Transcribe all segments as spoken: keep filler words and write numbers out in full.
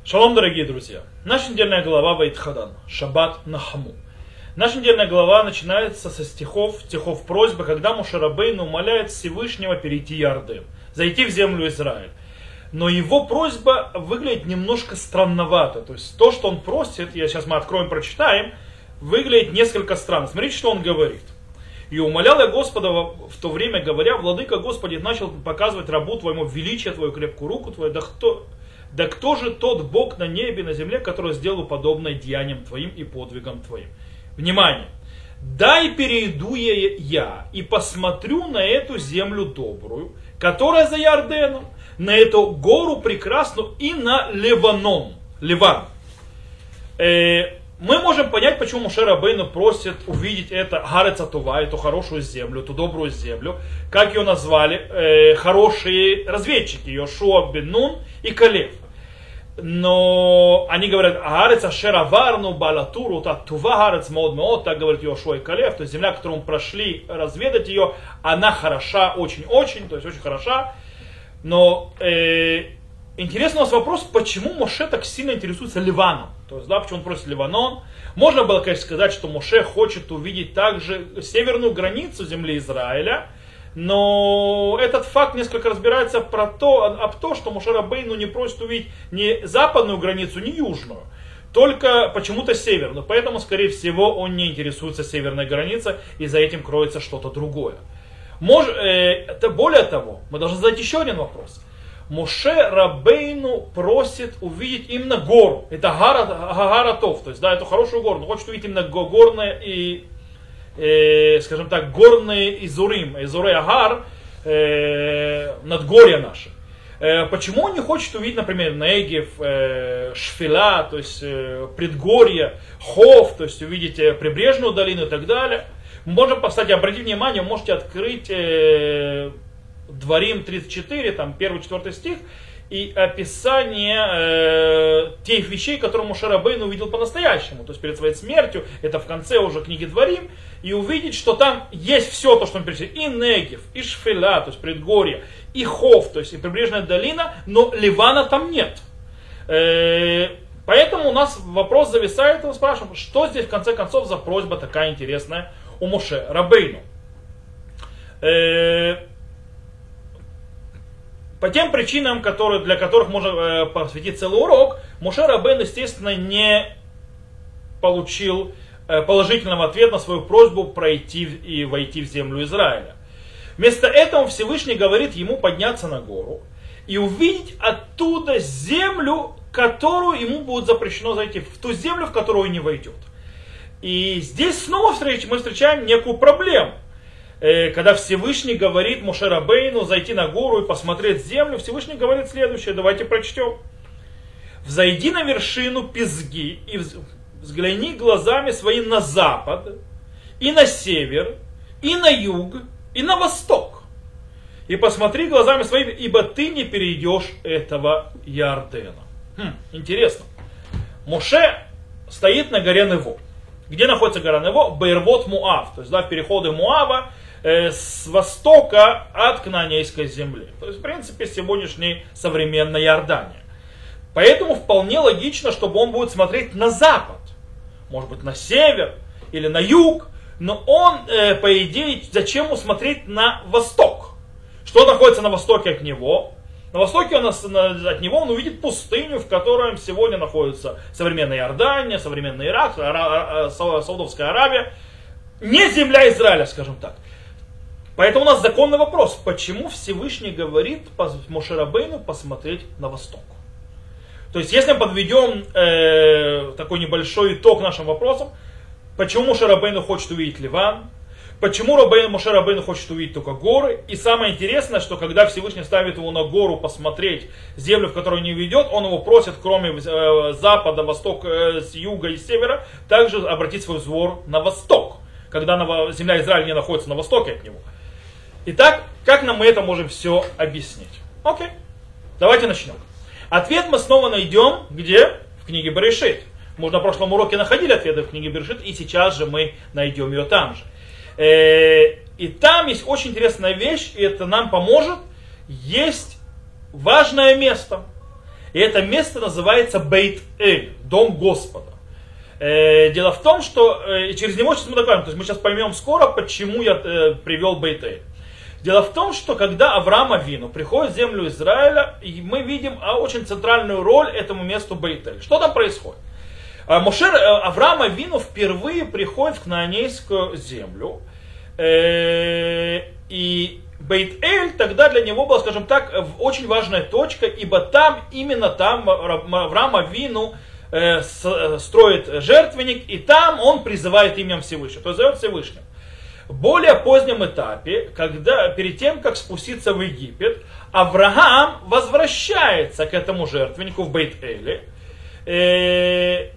Шалом, дорогие друзья! Наша недельная глава Ваитхадан, Шаббат Нахаму. Наша недельная глава начинается со стихов, стихов просьбы, когда Моше Рабейну умоляет Всевышнего перейти Иорден, зайти в землю Израиль. Но его просьба выглядит немножко странновато. То есть то, что он просит, я сейчас мы откроем, прочитаем, выглядит несколько странно. Смотрите, что он говорит. И умолял я Господа в то время, говоря: Владыка Господи, начал показывать рабу твоему величие, твою крепкую руку твою, да кто... Да кто же тот Бог на небе и на земле, который сделал подобное деянием твоим и подвигом твоим? Внимание! Дай перейду я и посмотрю на эту землю добрую, которая за Иорденом, на эту гору прекрасную и на Ливанон. Ливан. Э, мы можем понять, почему Моше Рабейну просит увидеть это Гарец Атува, эту хорошую землю, эту добрую землю, как ее назвали э, хорошие разведчики, Йошуа бен Нун и Калев. Но они говорят: Гарец Ашер Аварну Балатуру, Тува Гарец Мод Мод, так говорит Йошуа и Калев, то есть земля, которую мы прошли разведать ее, она хороша, очень-очень, то есть очень хороша. Но э, интересный у нас вопрос, почему Моше так сильно интересуется Ливаном. То есть, да, почему он просит Ливанон. Можно было, конечно, сказать, что Моше хочет увидеть также северную границу земли Израиля. Но этот факт несколько разбирается про то, об том, что Моше Рабейну не просит увидеть ни западную границу, ни южную. Только почему-то северную. Поэтому, скорее всего, он не интересуется северной границей, и за этим кроется что-то другое. Мож, э, это, более того, мы должны задать еще один вопрос. Моше Рабейну просит увидеть именно гору. Это Гагаратов, то есть, да, эту хорошую гору. Он хочет увидеть именно горные и, э, скажем так, горные Изурим, Изурей Агар, э, надгорья наши. Э, почему он не хочет увидеть, например, Негев, э, Шфила, то есть э, предгорье, Хов, то есть увидеть э, прибрежную долину и так далее. Можно, кстати, обратить внимание, можете открыть э, Дворим тридцать четыре, там первый-четвертый стих, и описание э, тех вещей, которые Моше Рабейну увидел по-настоящему, то есть перед своей смертью, это в конце уже книги Дворим, и увидеть, что там есть все то, что он перечислил, и Негев, и Шфила, то есть предгорье, и Хов, то есть и прибрежная долина, но Ливана там нет. Э, поэтому у нас вопрос зависает, и мы спрашиваем, что здесь в конце концов за просьба такая интересная у Моше Рабейну. Э, По тем причинам, которые, для которых можно э, посвятить целый урок, Моше Рабейну, естественно, не получил э, положительного ответа на свою просьбу пройти и войти в землю Израиля. Вместо этого Всевышний говорит ему подняться на гору и увидеть оттуда землю, которую ему будет запрещено зайти, в ту землю, в которую он не войдет. И здесь снова встреч, мы встречаем некую проблему. Когда Всевышний говорит Моше Рабейну зайти на гору и посмотреть землю, Всевышний говорит следующее, давайте прочтем. «Взойди на вершину Пизги и взгляни глазами своими на запад, и на север, и на юг, и на восток. И посмотри глазами своими, ибо ты не перейдешь этого Иордена». Хм, интересно. Моше стоит на горе Нево. Где находится гора Нево? Бейрвот Муав, то есть да, в переходе Муава, с востока от Кнаанейской земли. То есть, в принципе, сегодняшней современной Иордания. Поэтому вполне логично, чтобы он будет смотреть на запад. Может быть, на север или на юг. Но он, э, по идее, зачем ему смотреть на восток? Что находится на востоке от него? На востоке он, от него он увидит пустыню, в которой сегодня находится современная Иордания, современный Ирак, Саудовская Аравия. Не земля Израиля, скажем так. Поэтому у нас законный вопрос, почему Всевышний говорит Моше Рабейну посмотреть на восток. То есть, если мы подведем э, такой небольшой итог нашим вопросам, почему Моше Рабейну хочет увидеть Ливан, почему Рабейну, Моше Рабейну хочет увидеть только горы, и самое интересное, что когда Всевышний ставит его на гору посмотреть землю, в которую он не ведет, он его просит, кроме э, запада, востока, э, с юга и севера, также обратить свой взор на восток, когда на, земля Израиля не находится на востоке от него. Итак, как нам мы это можем все объяснить? Окей, давайте начнем. Ответ мы снова найдем где? В книге Берешит. Мы на прошлом уроке находили ответы в книге Берешит, и сейчас же мы найдем ее там же. И там есть очень интересная вещь, и это нам поможет. Есть важное место. И это место называется Бейт-Эль, дом Господа. Э, дело в том, что э, через него сейчас мы докажем, то есть мы сейчас поймем скоро, почему я э, привел Бейт-Эль. Дело в том, что когда Авраам Авину приходит в землю Израиля, и мы видим а, очень центральную роль этому месту Бейт-Эль. Что там происходит? А, Моше, Авраам Авину впервые приходит в Кнаанейскую землю, э, и Бейт-Эль тогда для него была, скажем так, очень важная точка, ибо там, именно там Авраам Авину э, с, строит жертвенник, и там он призывает именем Всевышнего, то есть зовет Всевышнего. В более позднем этапе, когда, перед тем, как спуститься в Египет, Авраам возвращается к этому жертвеннику в Бейт-Эле, э,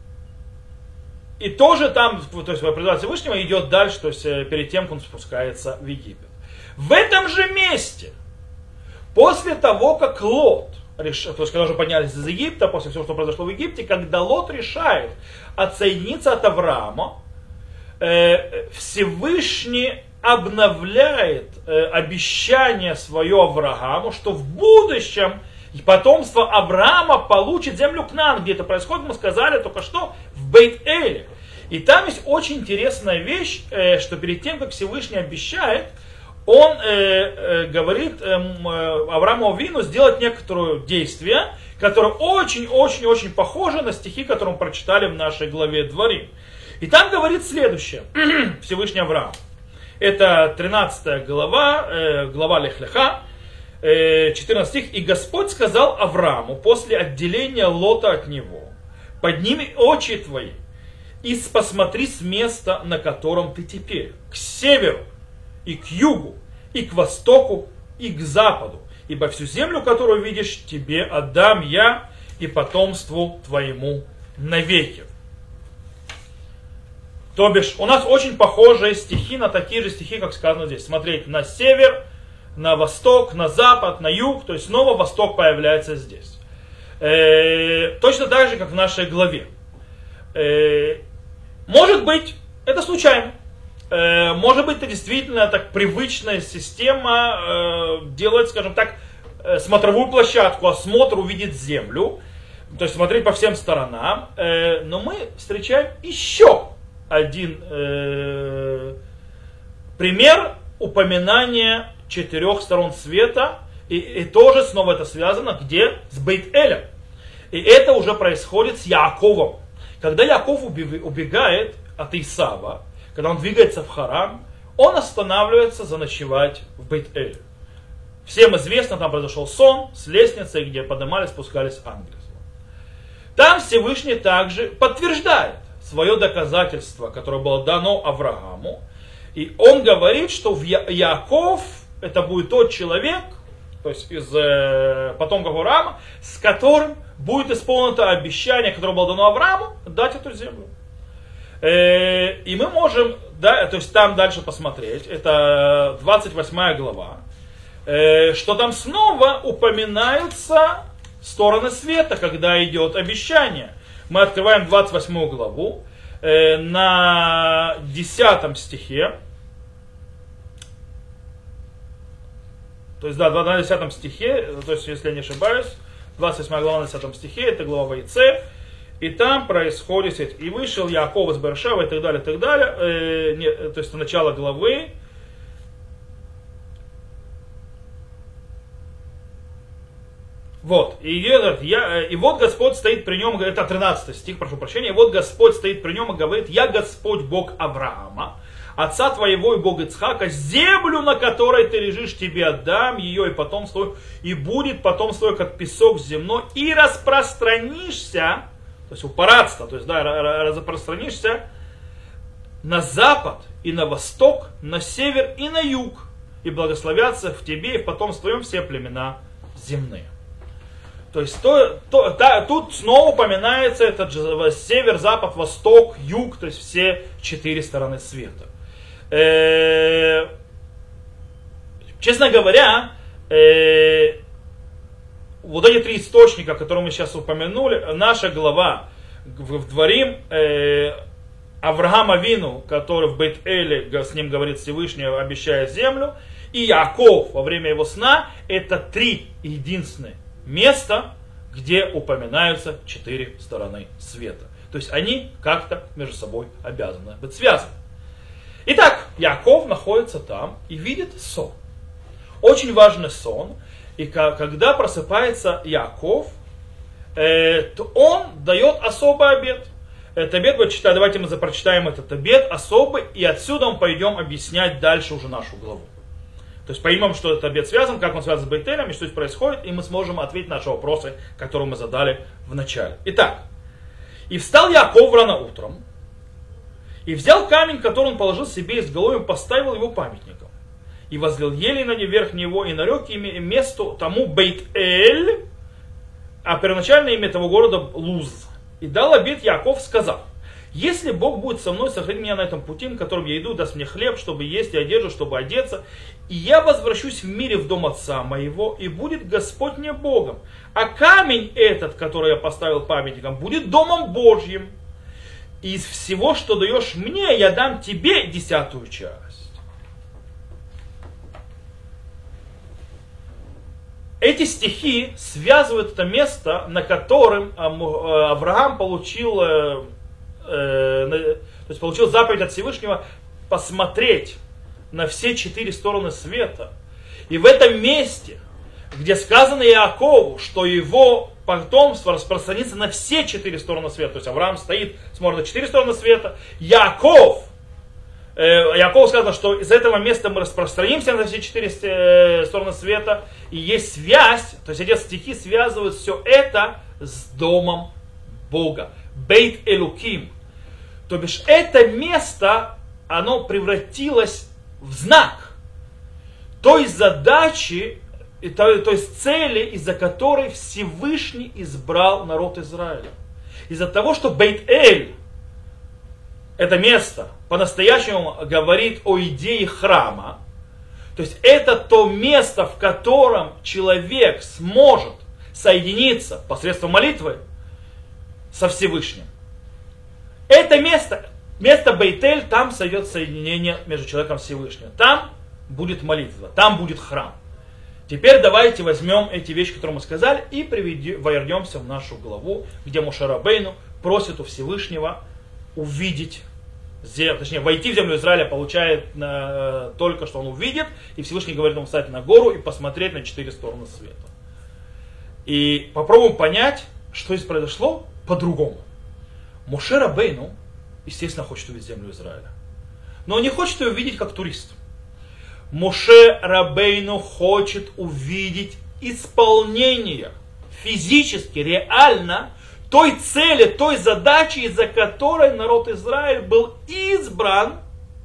и тоже там, то есть призывает Всевышнего, идет дальше, то есть перед тем, как он спускается в Египет. В этом же месте, после того, как Лот, реш... то есть когда уже поднялись из Египта, после всего, что произошло в Египте, когда Лот решает отсоединиться от Авраама, э, Всевышний обновляет э, обещание свое Аврааму, что в будущем потомство Авраама получит землю Кнаан, где это происходит, мы сказали только что, в Бейт-Эле. И там есть очень интересная вещь, э, что перед тем, как Всевышний обещает, он э, э, говорит э, Аврааму Авину сделать некоторое действие, которое очень-очень-очень похоже на стихи, которые мы прочитали в нашей главе Дворим. И там говорит следующее, Всевышний Авраам. Это тринадцатая глава, э, глава Лех-Леха, э, четырнадцатый стих. «И Господь сказал Аврааму после отделения Лота от него, подними очи твои и посмотри с места, на котором ты теперь, к северу, и к югу, и к востоку, и к западу. Ибо всю землю, которую видишь, тебе отдам я и потомству твоему навеки». То бишь, у нас очень похожие стихи на такие же стихи, как сказано здесь. Смотреть на север, на восток, на запад, на юг. То есть снова восток появляется здесь. Э, точно так же, как в нашей главе. Э, может быть, это случайно. Может быть, это действительно так привычная система э, делать, скажем так, смотровую площадку, осмотр, увидеть землю, то есть смотреть по всем сторонам. Э, но мы встречаем еще один э, пример упоминания четырех сторон света, и, и тоже снова это связано где? С Бейт-Элем. И это уже происходит с Яаковом. Когда Яаков убегает от Исава, когда он двигается в Харан, он останавливается заночевать в Бейт-Эле. Всем известно, там произошел сон с лестницей, где поднимались, спускались ангелы. Там Всевышний также подтверждает свое доказательство, которое было дано Аврааму. И он говорит, что в Я- Яаков это будет тот человек, то есть из э, потомков Авраама, с которым будет исполнено обещание, которое было дано Аврааму, дать эту землю. И мы можем, да, то есть там дальше посмотреть, это двадцать восьмая глава, что там снова упоминаются стороны света, когда идет обещание. Мы открываем двадцать восьмую главу, на десятом стихе, то есть да, на десятом стихе, то есть если я не ошибаюсь, двадцать восьмая глава на десятом стихе, это глава Ваице. И там происходит, и вышел Яаков из Бершева и так далее, и так далее. Э, не, то есть начало главы. Вот. И, я, и вот Господь стоит при нем, это тринадцатый стих, прошу прощения. И вот Господь стоит при нем и говорит: «Я Господь Бог Авраама, отца твоего и Бог Ицхака, землю, на которой ты лежишь, тебе отдам, ее и потомство, и будет потомство, как песок земной, и распространишься». То есть упораться, то есть да, распространишься на запад и на восток, на север и на юг, и благословятся в тебе и в потомстве твоем все племена земные. То есть то, то, да, тут снова упоминается этот же север, запад, восток, юг, то есть все четыре стороны света. Э, честно говоря, э, вот эти три источника, которые мы сейчас упомянули, наша глава в Дворим, э, Авраам Авину, который в Бейт-Эле, с ним говорит Всевышний, обещая землю, и Яаков во время его сна, это три единственные места, где упоминаются четыре стороны света. То есть они как-то между собой обязаны быть связаны. Итак, Яаков находится там и видит сон. Очень важный сон. И когда просыпается Яаков, э, то он дает особый обет. Этот обет, вот, давайте мы прочитаем этот обет особый, и отсюда мы пойдем объяснять дальше уже нашу главу. То есть поймем, что этот обет связан, как он связан с Бейтелем, и что здесь происходит, и мы сможем ответить на наши вопросы, которые мы задали в начале. Итак, «И встал Яаков рано утром, и взял камень, который он положил себе изголовьем, поставил его памятником, и возлил елей на верх него, и нарек имя месту тому Бейт-Эль, а первоначальное имя этого города Луз. И дал обет Яаков, сказав: если Бог будет со мной, сохрани меня на этом пути, на котором я иду, даст мне хлеб, чтобы есть, и одежду, чтобы одеться, и я возвращусь в мире в дом отца моего, и будет Господь мне Богом. А камень этот, который я поставил памятником, будет домом Божьим. И из всего, что даешь мне, я дам тебе десятую часть». Эти стихи связывают это место, на котором Авраам получил, э, э, то есть получил заповедь от Всевышнего посмотреть на все четыре стороны света. И в этом месте, где сказано Иакову, что его потомство распространится на все четыре стороны света, то есть Авраам стоит, смотрит на четыре стороны света, Яаков, э, Яакову сказано, что из этого места мы распространимся на все четыре э, стороны света, и есть связь, то есть эти стихи связывают все это с домом Бога, Бейт Элуким. То бишь это место, оно превратилось в знак той задачи, то, то есть цели, из-за которой Всевышний избрал народ Израиля. Из-за того, что Бейт-Эль, это место, по-настоящему говорит о идее храма. То есть это то место, в котором человек сможет соединиться посредством молитвы со Всевышним. Это место, место Бейт-Эль, там сойдет соединение между человеком и Всевышним. Там будет молитва, там будет храм. Теперь давайте возьмем эти вещи, которые мы сказали, и вернемся в нашу главу, где Моше Рабейну просит у Всевышнего увидеть землю, точнее, войти в землю Израиля, получает э, только что он увидит, и Всевышний говорит ему встать на гору и посмотреть на четыре стороны света. И попробуем понять, что здесь произошло по-другому. Моше Рабейну, естественно, хочет увидеть землю Израиля, но он не хочет ее увидеть как турист. Моше Рабейну хочет увидеть исполнение физически, реально той цели, той задачи, из-за которой народ Израиль был избран,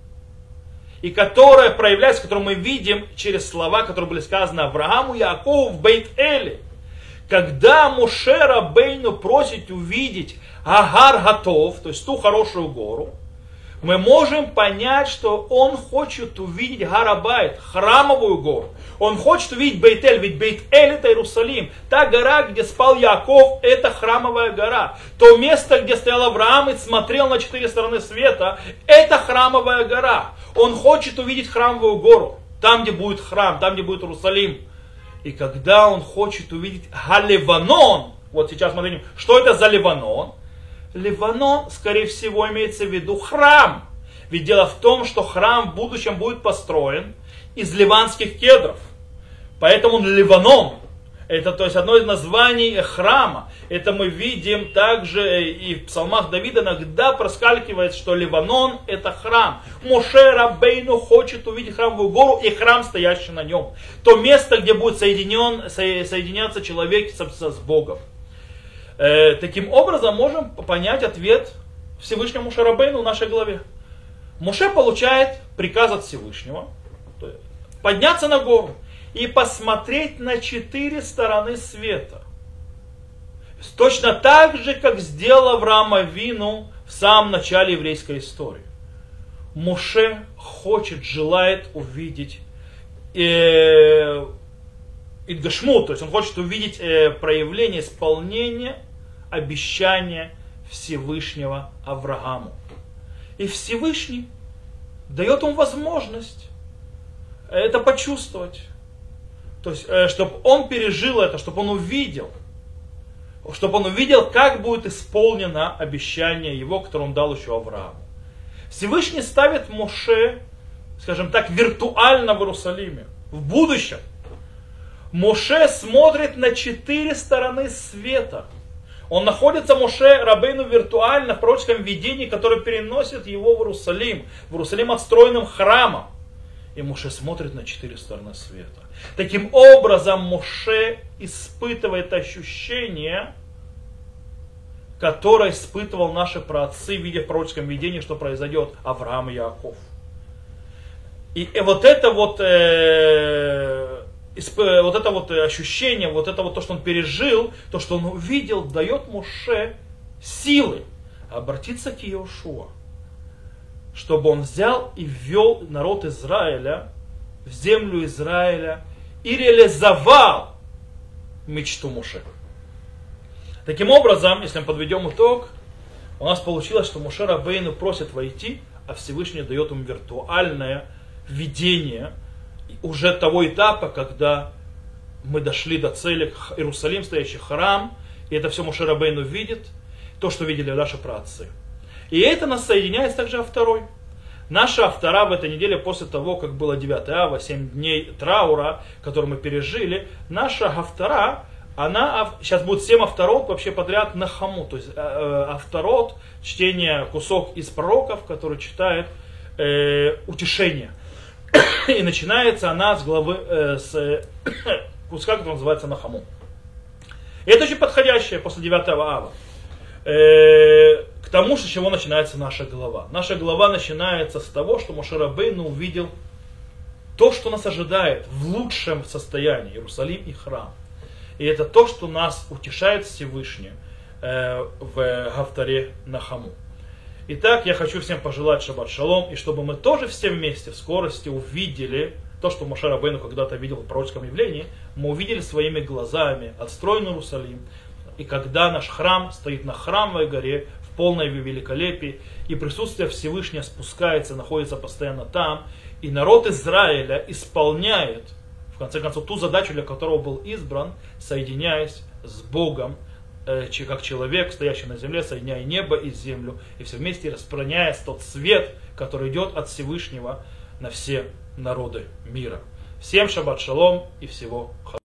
и которая проявляется, которую мы видим через слова, которые были сказаны Аврааму и Яакову в Бейт-Эле. Когда Моше Рабейну просит увидеть Агар Гатов, то есть ту хорошую гору, мы можем понять, что он хочет увидеть Гарабайт, храмовую гору. Он хочет увидеть Бейт-Эль, ведь Бейт-Эль это Иерусалим. Та гора, где спал Яаков, это храмовая гора. То место, где стоял Авраам и смотрел на четыре стороны света, это храмовая гора. Он хочет увидеть храмовую гору, там, где будет храм, там, где будет Иерусалим. И когда он хочет увидеть Галиванон, вот сейчас смотрим, что это за Ливанон? Ливанон, скорее всего, имеется в виду храм. Ведь дело в том, что храм в будущем будет построен из ливанских кедров. Поэтому он Ливанон. Это, то есть, одно из названий храма. Это мы видим также и в псалмах Давида иногда проскальзывает, что Ливанон это храм. Моше Рабейну хочет увидеть храмовую гору и храм, стоящий на нем. То место, где будет соединен, соединяться человек с, с Богом. Э, таким образом, можем понять ответ Всевышнему Моше Рабейну в нашей главе. Моше получает приказ от Всевышнего подняться на гору и посмотреть на четыре стороны света. Точно так же, как сделал Авраам Авину в самом начале еврейской истории. Моше хочет, желает увидеть э, Идгашму, то есть он хочет увидеть э, проявление, исполнение обещания Всевышнего Аврааму. И Всевышний дает ему возможность это почувствовать. То есть, чтобы он пережил это, чтобы он увидел. чтобы он увидел, как будет исполнено обещание его, которое он дал еще Аврааму. Всевышний ставит Моше, скажем так, виртуально в Иерусалиме, в будущем. Моше смотрит на четыре стороны света. Он находится, Моше Рабейну, виртуально в пророческом видении, которое переносит его в Иерусалим. В Иерусалим отстроенным храмом. И Моше смотрит на четыре стороны света. Таким образом, Моше испытывает ощущение, которое испытывал наши праотцы, видя в пророческом видении, что произойдет Авраам и Яаков. И, и вот это вот, э, исп, вот это вот ощущение, вот это вот то, что он пережил, то, что он увидел, дает Моше силы обратиться к Иошуа, чтобы он взял и ввел народ Израиля в землю Израиля и реализовал мечту Моше. Таким образом, если мы подведем итог, у нас получилось, что Моше Рабейну просит войти, а Всевышний дает ему виртуальное видение уже того этапа, когда мы дошли до цели, Иерусалим, стоящий храм, и это все Моше Рабейну видит, то, что видели наши праотцы. И это нас соединяет также второй. Наша автора в этой неделе, после того, как было девятое ава, семь дней траура, который мы пережили, наша автора, она, сейчас будет семь авторот вообще подряд на хаму. То есть э, авторот, чтение кусок из пророков, который читает э, утешение. И начинается она с главы, э, с э, куска, который называется Нахаму. И это очень подходящее после девятого ава. Э, к тому, с чего начинается наша глава. Наша глава начинается с того, что Моше Рабейну увидел то, что нас ожидает в лучшем состоянии, Иерусалим и храм. И это то, что нас утешает Всевышний э, в Гавторе Нахаму. Итак, я хочу всем пожелать шаббат шалом, и чтобы мы тоже все вместе в скорости увидели то, что Моше Рабейну когда-то видел в пророческом явлении, мы увидели своими глазами отстроенный Иерусалим. И когда наш храм стоит на храмовой горе в полной великолепии, и присутствие Всевышнего спускается, находится постоянно там, и народ Израиля исполняет, в конце концов, ту задачу, для которого был избран, соединяясь с Богом, э, как человек, стоящий на земле, соединяя небо и землю, и все вместе распространяя тот свет, который идет от Всевышнего на все народы мира. Всем шаббат шалом и всего хорошего.